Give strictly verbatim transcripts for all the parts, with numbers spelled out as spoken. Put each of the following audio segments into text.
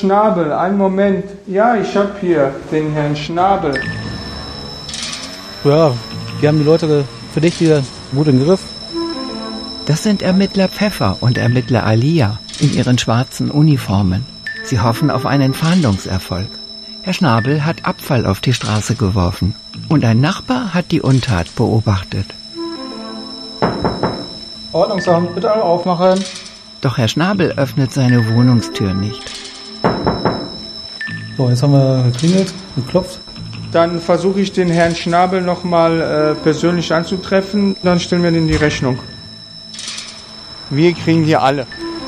Schnabel, einen Moment. Ja, ich habe hier den Herrn Schnabel. Ja, wir haben die Leute verdächtig gut im Griff. Das sind Ermittler Pfeffer und Ermittler Alia in ihren schwarzen Uniformen. Sie hoffen auf einen Fahndungserfolg. Herr Schnabel hat Abfall auf die Straße geworfen und ein Nachbar hat die Untat beobachtet. Ordnungsamt, bitte alle aufmachen. Doch Herr Schnabel öffnet seine Wohnungstür nicht. So, jetzt haben wir geklingelt, geklopft. Dann versuche ich den Herrn Schnabel nochmal äh, persönlich anzutreffen. Dann stellen wir den die Rechnung. Wir kriegen hier alle.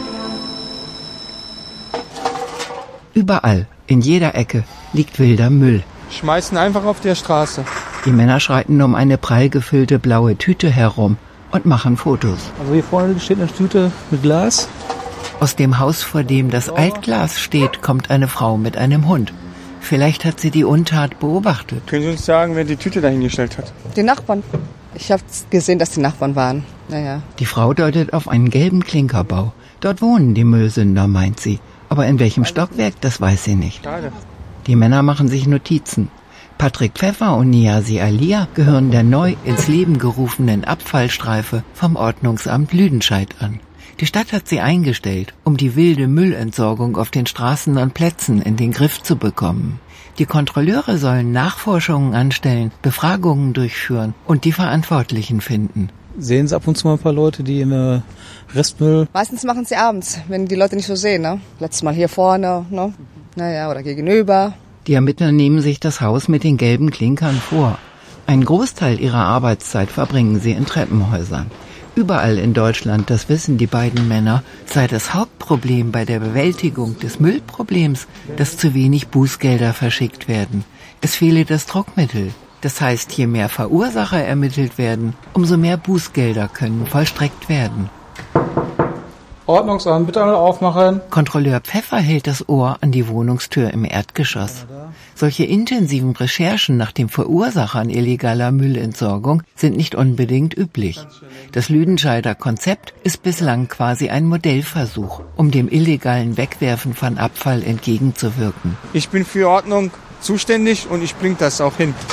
Überall, in jeder Ecke, liegt wilder Müll. Schmeißen einfach auf der Straße. Die Männer schreiten um eine prall gefüllte blaue Tüte herum und machen Fotos. Also hier vorne steht eine Tüte mit Glas. Aus dem Haus, vor dem das Altglas steht, kommt eine Frau mit einem Hund. Vielleicht hat sie die Untat beobachtet. Können Sie uns sagen, wer die Tüte dahingestellt hat? Die Nachbarn. Ich habe gesehen, dass die Nachbarn waren. Naja. Die Frau deutet auf einen gelben Klinkerbau. Dort wohnen die Müllsünder, meint sie. Aber in welchem Stockwerk, das weiß sie nicht. Schade. Die Männer machen sich Notizen. Patrick Pfeffer und Niazi Alia gehören der neu ins Leben gerufenen Abfallstreife vom Ordnungsamt Lüdenscheid an. Die Stadt hat sie eingestellt, um die wilde Müllentsorgung auf den Straßen und Plätzen in den Griff zu bekommen. Die Kontrolleure sollen Nachforschungen anstellen, Befragungen durchführen und die Verantwortlichen finden. Sehen Sie ab und zu mal ein paar Leute, die in der Restmüll... Meistens machen sie abends, wenn die Leute nicht so sehen, ne? Letztes Mal hier vorne, ne? Naja, oder gegenüber. Die Ermittler nehmen sich das Haus mit den gelben Klinkern vor. Einen Großteil ihrer Arbeitszeit verbringen sie in Treppenhäusern. Überall in Deutschland, das wissen die beiden Männer, sei das Hauptproblem bei der Bewältigung des Müllproblems, dass zu wenig Bußgelder verschickt werden. Es fehle das Druckmittel. Das heißt, je mehr Verursacher ermittelt werden, umso mehr Bußgelder können vollstreckt werden. Ordnungsamt, bitte alle aufmachen. Kontrolleur Pfeffer hält das Ohr an die Wohnungstür im Erdgeschoss. Solche intensiven Recherchen nach den Verursachern illegaler Müllentsorgung sind nicht unbedingt üblich. Das Lüdenscheider Konzept ist bislang quasi ein Modellversuch, um dem illegalen Wegwerfen von Abfall entgegenzuwirken. Ich bin für Ordnung zuständig und ich bringe das auch hin.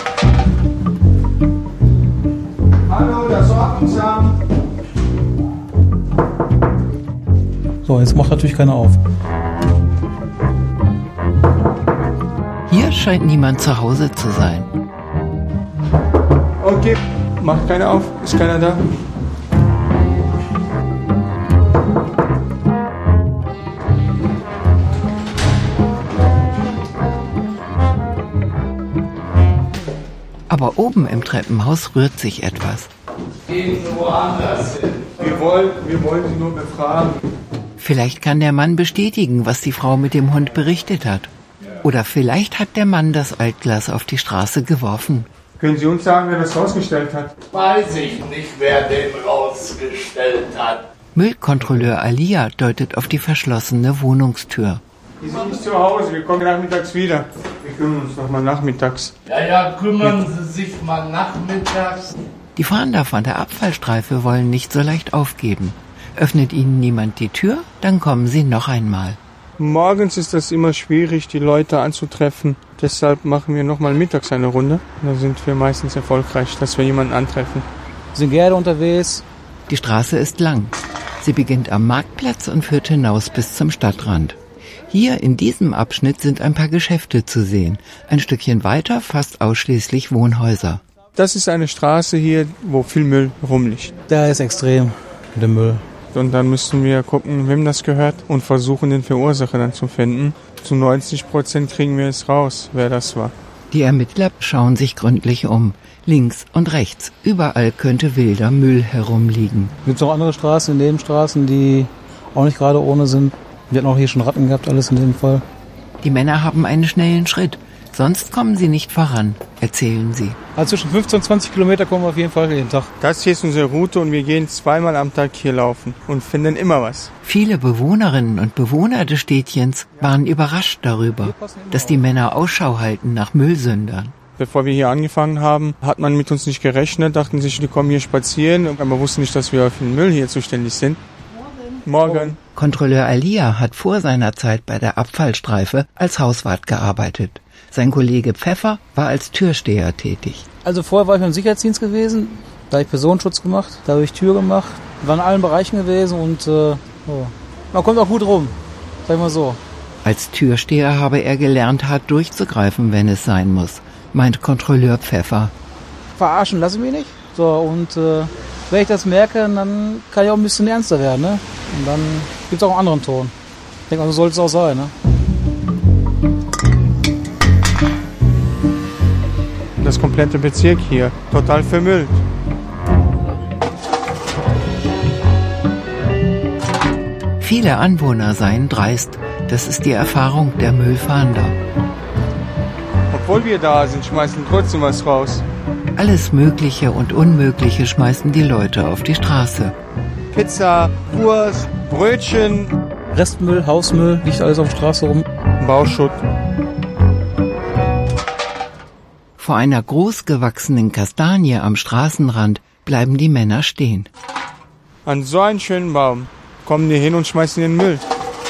Hallo, das Ordnungsamt. So, jetzt macht natürlich keiner auf. Hier scheint niemand zu Hause zu sein. Okay, macht keiner auf, ist keiner da. Aber oben im Treppenhaus rührt sich etwas. Gehen Sie woanders hin. Wir wollen, wir wollen Sie nur befragen. Vielleicht kann der Mann bestätigen, was die Frau mit dem Hund berichtet hat. Oder vielleicht hat der Mann das Altglas auf die Straße geworfen. Können Sie uns sagen, wer das rausgestellt hat? Weiß ich nicht, wer den rausgestellt hat. Müllkontrolleur Alia deutet auf die verschlossene Wohnungstür. Die sind nicht zu Hause, wir kommen nachmittags wieder. Wir kümmern uns noch mal nachmittags. Ja, ja, kümmern Sie sich mal nachmittags. Die Fahnder von der Abfallstreife wollen nicht so leicht aufgeben. Öffnet ihnen niemand die Tür, dann kommen sie noch einmal. Morgens ist das immer schwierig, die Leute anzutreffen. Deshalb machen wir noch mal mittags eine Runde. Da sind wir meistens erfolgreich, dass wir jemanden antreffen. Sind gerne unterwegs. Die Straße ist lang. Sie beginnt am Marktplatz und führt hinaus bis zum Stadtrand. Hier in diesem Abschnitt sind ein paar Geschäfte zu sehen. Ein Stückchen weiter fast ausschließlich Wohnhäuser. Das ist eine Straße hier, wo viel Müll rumliegt. Da ist extrem, der Müll. Und dann müssen wir gucken, wem das gehört und versuchen, den Verursacher dann zu finden. Zu neunzig Prozent kriegen wir es raus, wer das war. Die Ermittler schauen sich gründlich um. Links und rechts, überall könnte wilder Müll herumliegen. Gibt es noch andere Straßen, Nebenstraßen, die auch nicht gerade ohne sind? Wir hatten auch hier schon Ratten gehabt, alles in dem Fall. Die Männer haben einen schnellen Schritt. Sonst kommen sie nicht voran, erzählen sie. Also zwischen fünfzehn und zwanzig Kilometer kommen wir auf jeden Fall jeden Tag. Das hier ist unsere Route und wir gehen zweimal am Tag hier laufen und finden immer was. Viele Bewohnerinnen und Bewohner des Städtchens waren überrascht darüber, dass die Männer Ausschau halten nach Müllsündern. Bevor wir hier angefangen haben, hat man mit uns nicht gerechnet, dachten sich, die kommen hier spazieren, aber wussten nicht, dass wir für den Müll hier zuständig sind. Morgen. Morgen. Kontrolleur Alia hat vor seiner Zeit bei der Abfallstreife als Hauswart gearbeitet. Sein Kollege Pfeffer war als Türsteher tätig. Also vorher war ich beim Sicherheitsdienst gewesen, da habe ich Personenschutz gemacht, da habe ich Tür gemacht, war in allen Bereichen gewesen und äh, oh. man kommt auch gut rum, sag ich mal so. Als Türsteher habe er gelernt, hart durchzugreifen, wenn es sein muss, meint Kontrolleur Pfeffer. Verarschen lasse ich mich nicht. So, und äh, wenn ich das merke, dann kann ich auch ein bisschen ernster werden. Ne? Und dann gibt es auch einen anderen Ton. Ich denke mal, so soll es auch sein. Ne? Das komplette Bezirk hier, total vermüllt. Viele Anwohner seien dreist. Das ist die Erfahrung der Müllfahnder. Obwohl wir da sind, schmeißen trotzdem was raus. Alles Mögliche und Unmögliche schmeißen die Leute auf die Straße. Pizza, Wurst, Brötchen. Restmüll, Hausmüll, liegt alles auf der Straße rum. Bauschutt. Vor einer großgewachsenen Kastanie am Straßenrand bleiben die Männer stehen. An so einen schönen Baum kommen die hin und schmeißen den Müll.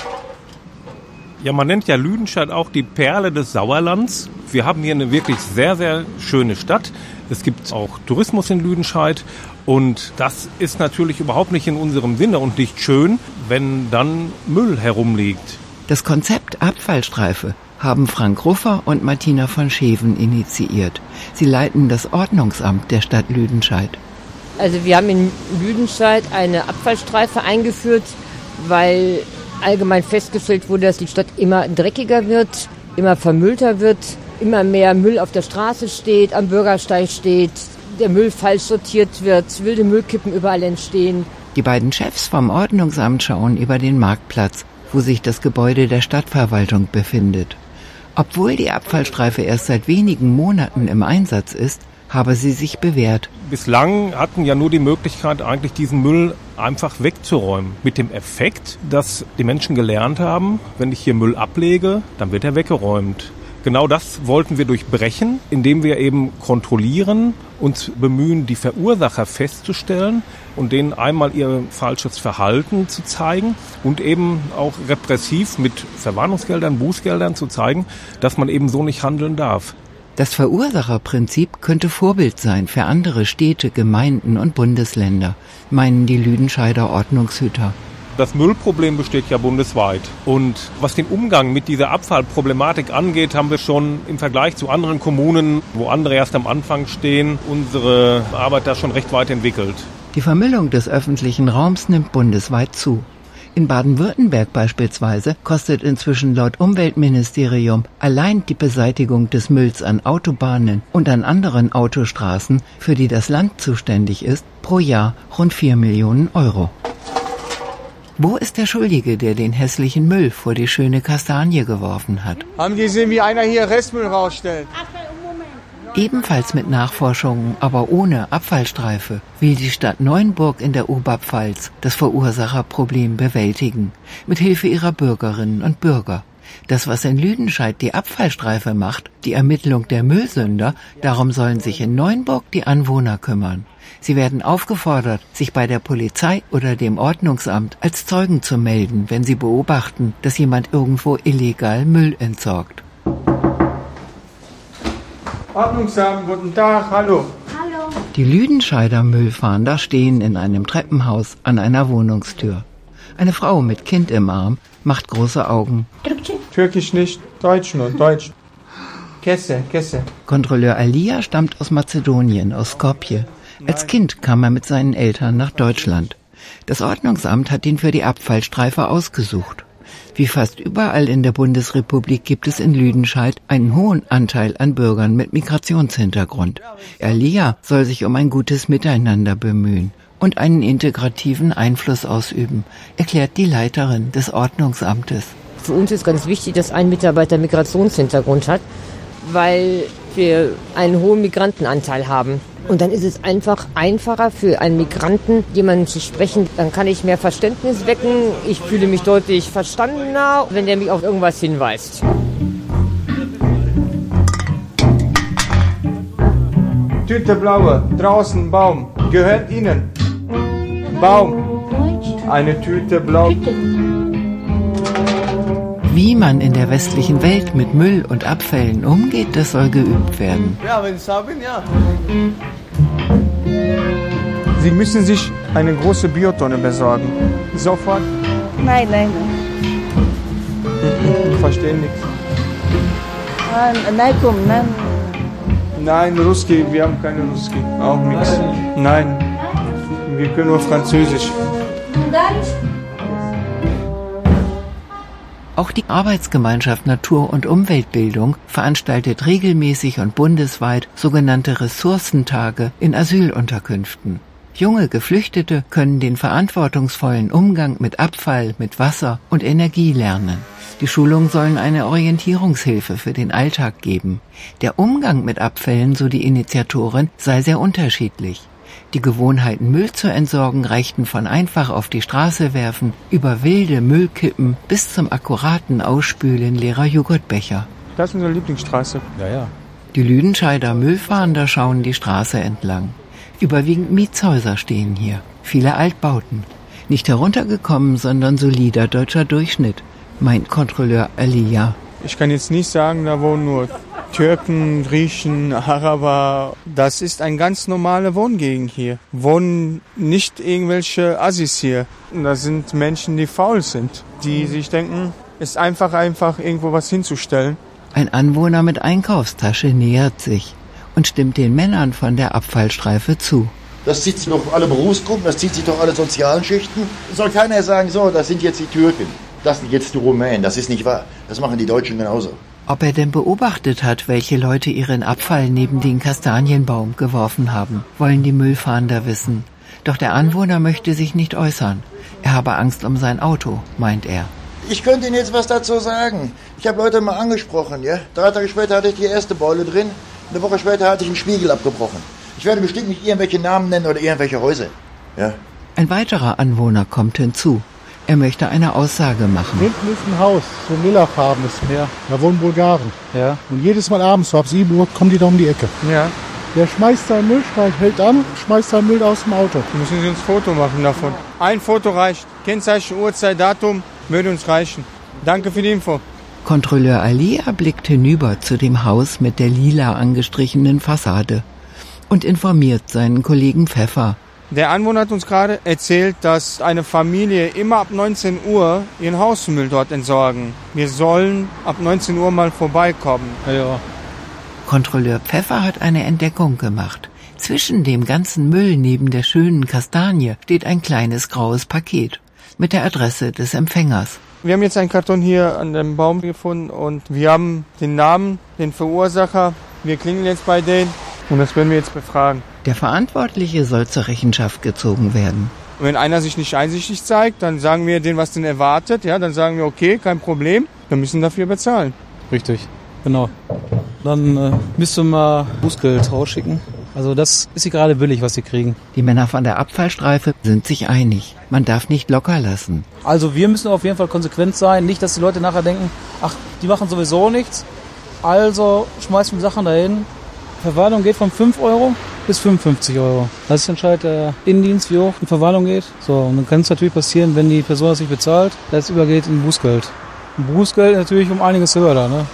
Ja, man nennt ja Lüdenscheid auch die Perle des Sauerlands. Wir haben hier eine wirklich sehr, sehr schöne Stadt. Es gibt auch Tourismus in Lüdenscheid. Und das ist natürlich überhaupt nicht in unserem Sinne und nicht schön, wenn dann Müll herumliegt. Das Konzept Abfallstreife haben Frank Ruffer und Martina von Scheven initiiert. Sie leiten das Ordnungsamt der Stadt Lüdenscheid. Also wir haben in Lüdenscheid eine Abfallstreife eingeführt, weil allgemein festgestellt wurde, dass die Stadt immer dreckiger wird, immer vermüllter wird, immer mehr Müll auf der Straße steht, am Bürgersteig steht, der Müll falsch sortiert wird, wilde Müllkippen überall entstehen. Die beiden Chefs vom Ordnungsamt schauen über den Marktplatz, wo sich das Gebäude der Stadtverwaltung befindet. Obwohl die Abfallstreife erst seit wenigen Monaten im Einsatz ist, habe sie sich bewährt. Bislang hatten ja nur die Möglichkeit, eigentlich diesen Müll einfach wegzuräumen. Mit dem Effekt, dass die Menschen gelernt haben, wenn ich hier Müll ablege, dann wird er weggeräumt. Genau das wollten wir durchbrechen, indem wir eben kontrollieren, uns bemühen, die Verursacher festzustellen und denen einmal ihr falsches Verhalten zu zeigen und eben auch repressiv mit Verwarnungsgeldern, Bußgeldern zu zeigen, dass man eben so nicht handeln darf. Das Verursacherprinzip könnte Vorbild sein für andere Städte, Gemeinden und Bundesländer, meinen die Lüdenscheider Ordnungshüter. Das Müllproblem besteht ja bundesweit. Und was den Umgang mit dieser Abfallproblematik angeht, haben wir schon im Vergleich zu anderen Kommunen, wo andere erst am Anfang stehen, unsere Arbeit da schon recht weit entwickelt. Die Vermüllung des öffentlichen Raums nimmt bundesweit zu. In Baden-Württemberg beispielsweise kostet inzwischen laut Umweltministerium allein die Beseitigung des Mülls an Autobahnen und an anderen Autostraßen, für die das Land zuständig ist, pro Jahr rund vier Millionen Euro. Wo ist der Schuldige, der den hässlichen Müll vor die schöne Kastanie geworfen hat? Haben die gesehen, wie einer hier Restmüll rausstellt? Ebenfalls mit Nachforschungen, aber ohne Abfallstreife, will die Stadt Neuenburg in der Oberpfalz das Verursacherproblem bewältigen, mit Hilfe ihrer Bürgerinnen und Bürger. Das, was in Lüdenscheid die Abfallstreife macht, die Ermittlung der Müllsünder, darum sollen sich in Neuenburg die Anwohner kümmern. Sie werden aufgefordert, sich bei der Polizei oder dem Ordnungsamt als Zeugen zu melden, wenn sie beobachten, dass jemand irgendwo illegal Müll entsorgt. Ordnungsamt, guten Tag, hallo. Hallo. Die Lüdenscheider Müllfahnder stehen in einem Treppenhaus an einer Wohnungstür. Eine Frau mit Kind im Arm macht große Augen. Türkisch nicht, Deutsch nur, Deutsch. Kesse, Kesse. Kontrolleur Alia stammt aus Mazedonien, aus Skopje. Als Kind kam er mit seinen Eltern nach Deutschland. Das Ordnungsamt hat ihn für die Abfallstreife ausgesucht. Wie fast überall in der Bundesrepublik gibt es in Lüdenscheid einen hohen Anteil an Bürgern mit Migrationshintergrund. Alia soll sich um ein gutes Miteinander bemühen und einen integrativen Einfluss ausüben, erklärt die Leiterin des Ordnungsamtes. Für uns ist ganz wichtig, dass ein Mitarbeiter Migrationshintergrund hat, weil wir einen hohen Migrantenanteil haben. Und dann ist es einfach einfacher für einen Migranten, jemanden zu sprechen. Dann kann ich mehr Verständnis wecken. Ich fühle mich deutlich verstandener, wenn der mich auf irgendwas hinweist. Tüte blaue, draußen Baum, gehört Ihnen. Baum, eine Tüte blau. Wie man in der westlichen Welt mit Müll und Abfällen umgeht, das soll geübt werden. Ja, wenn ich haben, ja. Sie müssen sich eine große Biotonne besorgen. Sofort? Nein, nein, nein. Ich verstehe nichts. Ah, nein, komm, nein. Nein, Ruski, wir haben keine Ruski. Auch nichts. Nein, wir können nur Französisch. Auch die Arbeitsgemeinschaft Natur- und Umweltbildung veranstaltet regelmäßig und bundesweit sogenannte Ressourcentage in Asylunterkünften. Junge Geflüchtete können den verantwortungsvollen Umgang mit Abfall, mit Wasser und Energie lernen. Die Schulungen sollen eine Orientierungshilfe für den Alltag geben. Der Umgang mit Abfällen, so die Initiatorin, sei sehr unterschiedlich. Die Gewohnheiten, Müll zu entsorgen, reichten von einfach auf die Straße werfen, über wilde Müllkippen bis zum akkuraten Ausspülen leerer Joghurtbecher. Das ist unsere Lieblingsstraße. Ja, ja. Die Lüdenscheider Müllfahnder schauen die Straße entlang. Überwiegend Mietshäuser stehen hier, viele Altbauten. Nicht heruntergekommen, sondern solider deutscher Durchschnitt, meint Kontrolleur Elia. Ich kann jetzt nicht sagen, da wohnen nur Türken, Griechen, Araber. Das ist eine ganz normale Wohngegend hier. Wohnen nicht irgendwelche Assis hier. Das sind Menschen, die faul sind, die sich denken, es ist einfach, einfach irgendwo was hinzustellen. Ein Anwohner mit Einkaufstasche nähert sich und stimmt den Männern von der Abfallstreife zu. Das zieht sich doch alle Berufsgruppen, das zieht sich doch alle sozialen Schichten. Soll keiner sagen, so, das sind jetzt die Türken, das sind jetzt die Rumänen. Das ist nicht wahr. Das machen die Deutschen genauso. Ob er denn beobachtet hat, welche Leute ihren Abfall neben den Kastanienbaum geworfen haben, wollen die Müllfahnder wissen. Doch der Anwohner möchte sich nicht äußern. Er habe Angst um sein Auto, meint er. Ich könnte Ihnen jetzt was dazu sagen. Ich habe Leute mal angesprochen, ja. Drei Tage später hatte ich die erste Beule drin. Eine Woche später hatte ich einen Spiegel abgebrochen. Ich werde bestimmt nicht irgendwelche Namen nennen oder irgendwelche Häuser. Ja. Ein weiterer Anwohner kommt hinzu. Er möchte eine Aussage machen. Hinten ist ein Haus, so ein lilafarbenes. Ja. Da wohnen Bulgaren. Ja. Und jedes Mal abends, so ab sieben Uhr, kommen die da um die Ecke. Ja. Der schmeißt seinen Müll, hält an, schmeißt seinen Müll aus dem Auto. Müssen Sie uns ein Foto machen davon. Ein Foto reicht. Kennzeichen, Uhrzeit, Datum würde uns reichen. Danke für die Info. Kontrolleur Alia blickt hinüber zu dem Haus mit der lila angestrichenen Fassade und informiert seinen Kollegen Pfeffer. Der Anwohner hat uns gerade erzählt, dass eine Familie immer ab neunzehn Uhr ihren Hausmüll dort entsorgen. Wir sollen ab neunzehn Uhr mal vorbeikommen. Ja, ja. Kontrolleur Pfeffer hat eine Entdeckung gemacht. Zwischen dem ganzen Müll neben der schönen Kastanie steht ein kleines graues Paket mit der Adresse des Empfängers. Wir haben jetzt einen Karton hier an dem Baum gefunden und wir haben den Namen, den Verursacher. Wir klingeln jetzt bei denen und das werden wir jetzt befragen. Der Verantwortliche soll zur Rechenschaft gezogen werden. Und wenn einer sich nicht einsichtig zeigt, dann sagen wir denen, was denn erwartet. Ja, dann sagen wir, okay, kein Problem, wir müssen dafür bezahlen. Richtig, genau. Dann äh, müsste man Bußgeld rausschicken. Also das ist hier gerade billig, was sie kriegen. Die Männer von der Abfallstreife sind sich einig. Man darf nicht locker lassen. Also wir müssen auf jeden Fall konsequent sein. Nicht, dass die Leute nachher denken, ach, die machen sowieso nichts. Also schmeißen wir Sachen dahin. Verwarnung geht von fünf Euro bis fünfundfünfzig Euro. Das entscheidet der Innendienst, wie hoch die Verwarnung geht. So, und dann kann es natürlich passieren, wenn die Person das nicht bezahlt, dass es übergeht in Bußgeld. Und Bußgeld natürlich um einiges höher da, ne?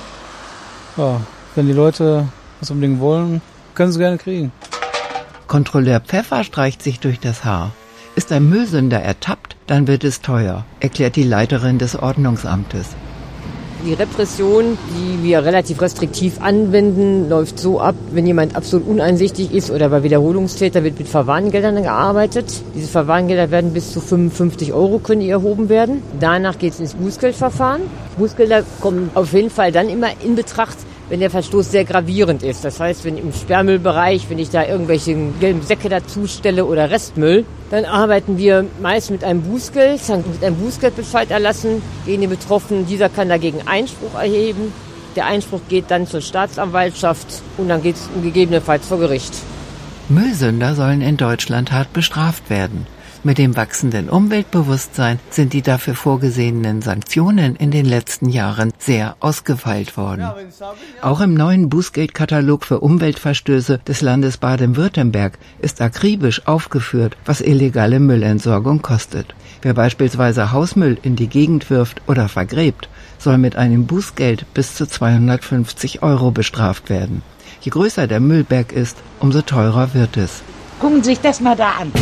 Ja, wenn die Leute das unbedingt wollen, können sie gerne kriegen. Kontrolleur Pfeffer streicht sich durch das Haar. Ist ein Müllsünder ertappt, dann wird es teuer, erklärt die Leiterin des Ordnungsamtes. Die Repression, die wir relativ restriktiv anwenden, läuft so ab, wenn jemand absolut uneinsichtig ist oder bei Wiederholungstäter, wird mit Verwarngeldern gearbeitet. Diese Verwarngelder werden bis zu fünfundfünfzig Euro können die erhoben werden. Danach geht es ins Bußgeldverfahren. Bußgelder kommen auf jeden Fall dann immer in Betracht, wenn der Verstoß sehr gravierend ist. Das heißt, wenn im Sperrmüllbereich, wenn ich da irgendwelche gelben Säcke dazu stelle oder Restmüll, dann arbeiten wir meist mit einem Bußgeld, mit einem Bußgeldbescheid erlassen, gegen den Betroffenen. Dieser kann dagegen Einspruch erheben. Der Einspruch geht dann zur Staatsanwaltschaft und dann geht es gegebenenfalls vor Gericht. Müllsünder sollen in Deutschland hart bestraft werden. Mit dem wachsenden Umweltbewusstsein sind die dafür vorgesehenen Sanktionen in den letzten Jahren sehr ausgefeilt worden. Auch im neuen Bußgeldkatalog für Umweltverstöße des Landes Baden-Württemberg ist akribisch aufgeführt, was illegale Müllentsorgung kostet. Wer beispielsweise Hausmüll in die Gegend wirft oder vergräbt, soll mit einem Bußgeld bis zu zweihundertfünfzig Euro bestraft werden. Je größer der Müllberg ist, umso teurer wird es. Gucken Sie sich das mal da an.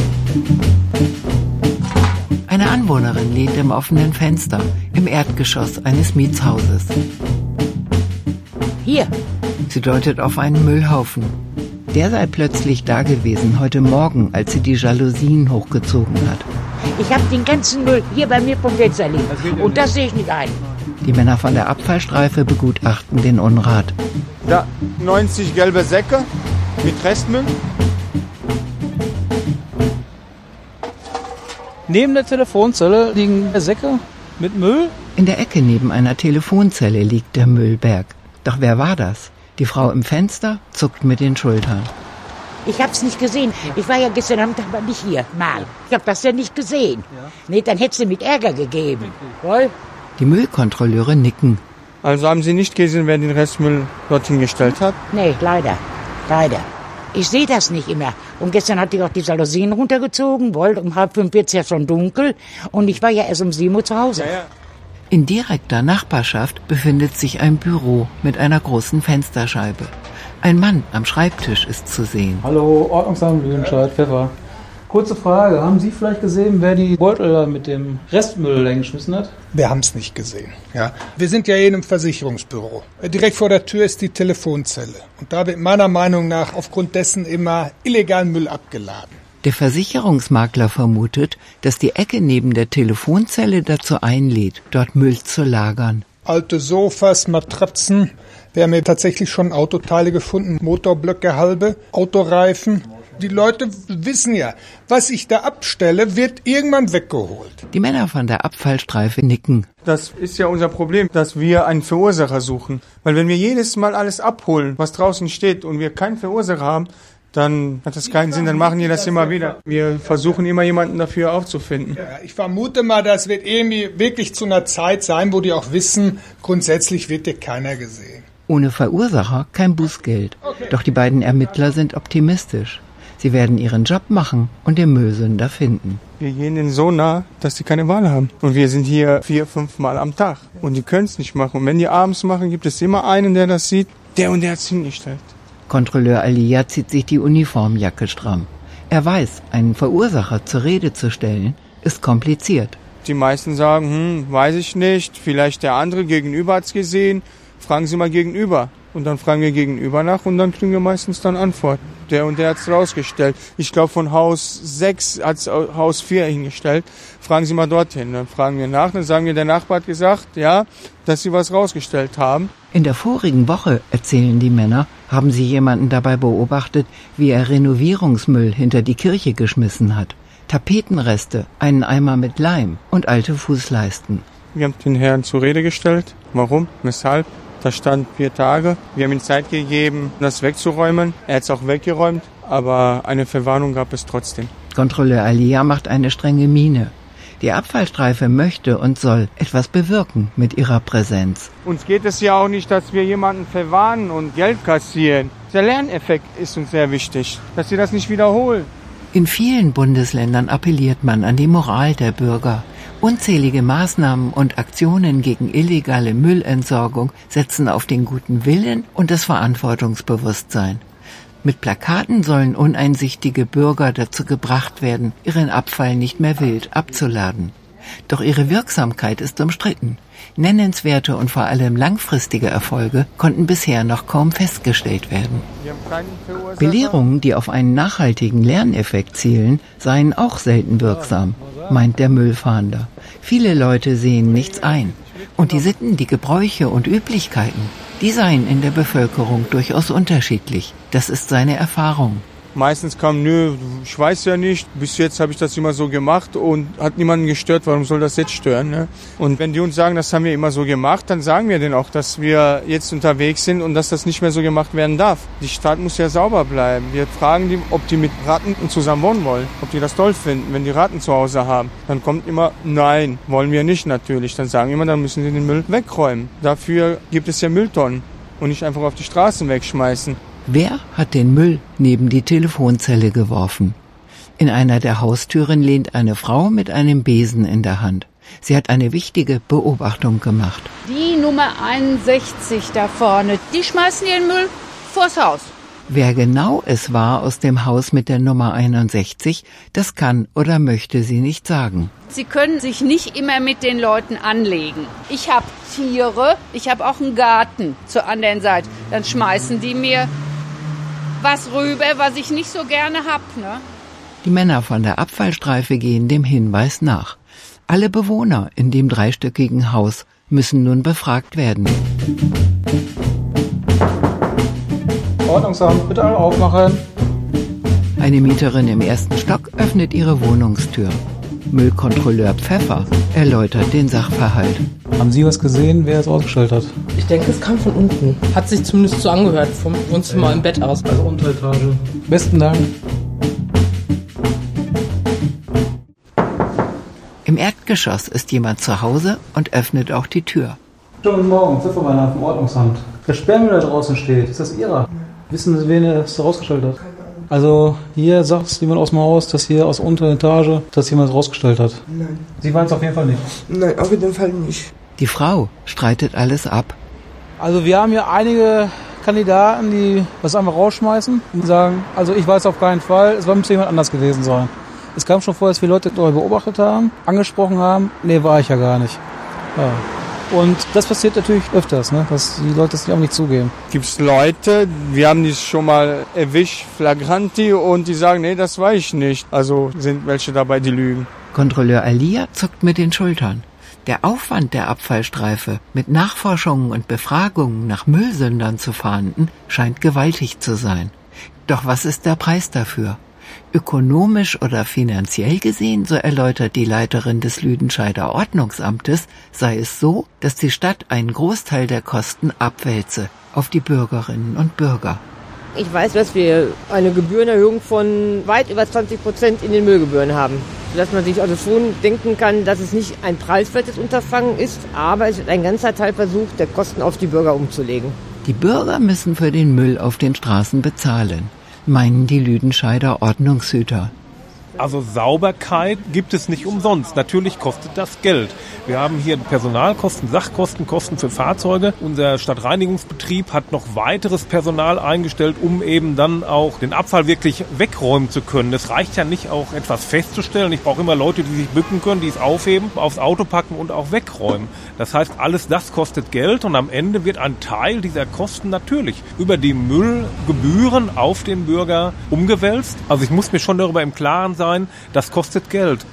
Eine Anwohnerin lehnt im offenen Fenster im Erdgeschoss eines Mietshauses. Hier. Sie deutet auf einen Müllhaufen. Der sei plötzlich da gewesen heute Morgen, als sie die Jalousien hochgezogen hat. Ich habe den ganzen Müll hier bei mir vom Fenster liegen. Und das sehe ich nicht ein. Die Männer von der Abfallstreife begutachten den Unrat. Da neunzig gelbe Säcke mit Restmüll. Neben der Telefonzelle liegen Säcke mit Müll. In der Ecke neben einer Telefonzelle liegt der Müllberg. Doch wer war das? Die Frau im Fenster zuckt mit den Schultern. Ich hab's nicht gesehen. Ich war ja gestern Abend aber nicht hier. Mal. Ich hab das ja nicht gesehen. Nee, dann hättest du mit Ärger gegeben. Woll? Die Müllkontrolleure nicken. Also haben Sie nicht gesehen, wer den Restmüll dorthin gestellt hat? Nee, leider. Leider. Ich sehe das nicht immer. Und gestern hatte ich auch die Jalousien runtergezogen. Woll, um halb fünf wird's ja schon dunkel. Und ich war ja erst um sieben Uhr zu Hause. Ja, ja. In direkter Nachbarschaft befindet sich ein Büro mit einer großen Fensterscheibe. Ein Mann am Schreibtisch ist zu sehen. Hallo, Ordnungsamt Lüdenscheid, Pfeffer. Kurze Frage, haben Sie vielleicht gesehen, wer die Beutel da mit dem Restmüll eingeschmissen hat? Wir haben es nicht gesehen. Ja. Wir sind ja hier in einem Versicherungsbüro. Direkt vor der Tür ist die Telefonzelle. Und da wird meiner Meinung nach aufgrund dessen immer illegal Müll abgeladen. Der Versicherungsmakler vermutet, dass die Ecke neben der Telefonzelle dazu einlädt, dort Müll zu lagern. Alte Sofas, Matratzen. Wir haben hier tatsächlich schon Autoteile gefunden, Motorblöcke halbe, Autoreifen. Die Leute wissen ja, was ich da abstelle, wird irgendwann weggeholt. Die Männer von der Abfallstreife nicken. Das ist ja unser Problem, dass wir einen Verursacher suchen. Weil wenn wir jedes Mal alles abholen, was draußen steht, und wir keinen Verursacher haben, dann hat das keinen Sinn, dann machen die das immer wieder. Wir versuchen immer jemanden dafür aufzufinden. Ja, ich vermute mal, das wird irgendwie wirklich zu einer Zeit sein, wo die auch wissen, grundsätzlich wird hier keiner gesehen. Ohne Verursacher kein Bußgeld. Doch die beiden Ermittler sind optimistisch. Sie werden ihren Job machen und den Müllsünder finden. Wir gehen denen so nah, dass die keine Wahl haben. Und wir sind hier vier, fünf Mal am Tag. Und die können es nicht machen. Und wenn die abends machen, gibt es immer einen, der das sieht. Der und der hat es hingestellt. Kontrolleur Alia zieht sich die Uniformjacke stramm. Er weiß, einen Verursacher zur Rede zu stellen, ist kompliziert. Die meisten sagen, hm, weiß ich nicht, vielleicht der andere gegenüber hat's gesehen. Fragen Sie mal gegenüber. Und dann fragen wir gegenüber nach und dann kriegen wir meistens dann Antwort. Der und der hat's rausgestellt. Ich glaube, von Haus sechs hat's Haus vier hingestellt. Fragen Sie mal dorthin. Dann fragen wir nach. Dann sagen wir, der Nachbar hat gesagt, ja, dass Sie was rausgestellt haben. In der vorigen Woche, erzählen die Männer, haben sie jemanden dabei beobachtet, wie er Renovierungsmüll hinter die Kirche geschmissen hat. Tapetenreste, einen Eimer mit Leim und alte Fußleisten. Wir haben den Herrn zur Rede gestellt. Warum? Weshalb? Da stand vier Tage. Wir haben ihm Zeit gegeben, das wegzuräumen. Er hat es auch weggeräumt, aber eine Verwarnung gab es trotzdem. Kontrolleur Alia macht eine strenge Miene. Die Abfallstreife möchte und soll etwas bewirken mit ihrer Präsenz. Uns geht es ja auch nicht, dass wir jemanden verwarnen und Geld kassieren. Der Lerneffekt ist uns sehr wichtig, dass sie das nicht wiederholen. In vielen Bundesländern appelliert man an die Moral der Bürger. Unzählige Maßnahmen und Aktionen gegen illegale Müllentsorgung setzen auf den guten Willen und das Verantwortungsbewusstsein. Mit Plakaten sollen uneinsichtige Bürger dazu gebracht werden, ihren Abfall nicht mehr wild abzuladen. Doch ihre Wirksamkeit ist umstritten. Nennenswerte und vor allem langfristige Erfolge konnten bisher noch kaum festgestellt werden. Belehrungen, die auf einen nachhaltigen Lerneffekt zielen, seien auch selten wirksam, meint der Müllfahnder. Viele Leute sehen nichts ein. Und die Sitten, die Gebräuche und Üblichkeiten, die seien in der Bevölkerung durchaus unterschiedlich. Das ist seine Erfahrung. Meistens kam, nö, ich weiß ja nicht, bis jetzt habe ich das immer so gemacht und hat niemanden gestört, warum soll das jetzt stören? Ne? Und wenn die uns sagen, das haben wir immer so gemacht, dann sagen wir denen auch, dass wir jetzt unterwegs sind und dass das nicht mehr so gemacht werden darf. Die Stadt muss ja sauber bleiben. Wir fragen die, ob die mit Ratten zusammen wohnen wollen, ob die das toll finden, wenn die Ratten zu Hause haben. Dann kommt immer, nein, wollen wir nicht natürlich. Dann sagen wir immer, dann müssen sie den Müll wegräumen. Dafür gibt es ja Mülltonnen und nicht einfach auf die Straßen wegschmeißen. Wer hat den Müll neben die Telefonzelle geworfen? In einer der Haustüren lehnt eine Frau mit einem Besen in der Hand. Sie hat eine wichtige Beobachtung gemacht. Die Nummer einundsechzig da vorne, die schmeißen ihren Müll vors Haus. Wer genau es war aus dem Haus mit der Nummer einundsechzig, das kann oder möchte sie nicht sagen. Sie können sich nicht immer mit den Leuten anlegen. Ich habe Tiere, ich habe auch einen Garten zur anderen Seite. Dann schmeißen die mir was rüber, was ich nicht so gerne hab, ne? Die Männer von der Abfallstreife gehen dem Hinweis nach. Alle Bewohner in dem dreistöckigen Haus müssen nun befragt werden. Ordnungsamt, bitte alle aufmachen. Eine Mieterin im ersten Stock öffnet ihre Wohnungstür. Müllkontrolleur Pfeffer erläutert den Sachverhalt. Haben Sie was gesehen, wer es ausgestellt hat? Ich denke, es kam von unten. Hat sich zumindest so angehört, vom Wohnzimmer im Bett aus. Also Unteretage. Besten Dank. Im Erdgeschoss ist jemand zu Hause und öffnet auch die Tür. Guten Morgen, Pfeffermann vom Ordnungsamt. Der Sperrmüll da draußen steht, ist das Ihrer? Wissen Sie, wen er es rausgestellt hat? Also hier sagt es jemand aus dem Haus, dass hier aus der unteren Etage das jemand rausgestellt hat. Nein. Sie waren es auf jeden Fall nicht? Nein, auf jeden Fall nicht. Die Frau streitet alles ab. Also wir haben hier einige Kandidaten, die das einfach rausschmeißen und sagen, also ich weiß auf keinen Fall, es müsste jemand anders gewesen sein. Es kam schon vor, dass wir Leute beobachtet haben, angesprochen haben, nee, war ich ja gar nicht. Ja. Und das passiert natürlich öfters, ne? Dass die Leute das auch nicht zugeben. Gibt es Leute, wir haben die schon mal erwischt, flagranti, und die sagen, nee, das war ich nicht. Also sind welche dabei, die lügen. Kontrolleur Alia zuckt mit den Schultern. Der Aufwand der Abfallstreife, mit Nachforschungen und Befragungen nach Müllsündern zu fahnden, scheint gewaltig zu sein. Doch was ist der Preis dafür? Ökonomisch oder finanziell gesehen, so erläutert die Leiterin des Lüdenscheider Ordnungsamtes, sei es so, dass die Stadt einen Großteil der Kosten abwälze auf die Bürgerinnen und Bürger. Ich weiß, dass wir eine Gebührenerhöhung von weit über zwanzig Prozent in den Müllgebühren haben. Sodass man sich also schon denken kann, dass es nicht ein preiswertes Unterfangen ist, aber es wird ein ganzer Teil versucht, der Kosten auf die Bürger umzulegen. Die Bürger müssen für den Müll auf den Straßen bezahlen, meinen die Lüdenscheider Ordnungshüter. Also Sauberkeit gibt es nicht umsonst. Natürlich kostet das Geld. Wir haben hier Personalkosten, Sachkosten, Kosten für Fahrzeuge. Unser Stadtreinigungsbetrieb hat noch weiteres Personal eingestellt, um eben dann auch den Abfall wirklich wegräumen zu können. Es reicht ja nicht, auch etwas festzustellen. Ich brauche immer Leute, die sich bücken können, die es aufheben, aufs Auto packen und auch wegräumen. Das heißt, alles das kostet Geld und am Ende wird ein Teil dieser Kosten natürlich über die Müllgebühren auf den Bürger umgewälzt. Also ich muss mir schon darüber im Klaren sein, das kostet Geld.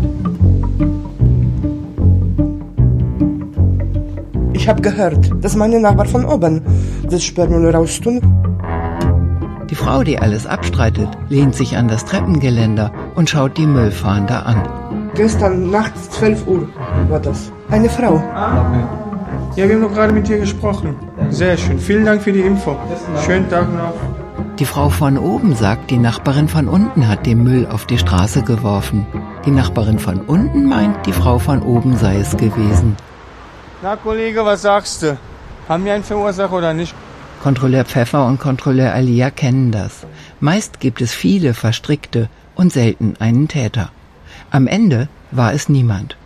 Ich habe gehört, dass meine Nachbarn von oben das Sperrmüll raustun. Die Frau, die alles abstreitet, lehnt sich an das Treppengeländer und schaut die Müllfahnder an. Gestern nachts zwölf Uhr war das. Eine Frau. Ah, okay. Ja, wir haben doch gerade mit dir gesprochen. Sehr schön. Vielen Dank für die Info. Schönen Tag noch. Die Frau von oben sagt, die Nachbarin von unten hat den Müll auf die Straße geworfen. Die Nachbarin von unten meint, die Frau von oben sei es gewesen. Na, Kollege, was sagst du? Haben wir einen Verursacher oder nicht? Kontrolleur Pfeffer und Kontrolleur Alia kennen das. Meist gibt es viele Verstrickte und selten einen Täter. Am Ende war es niemand.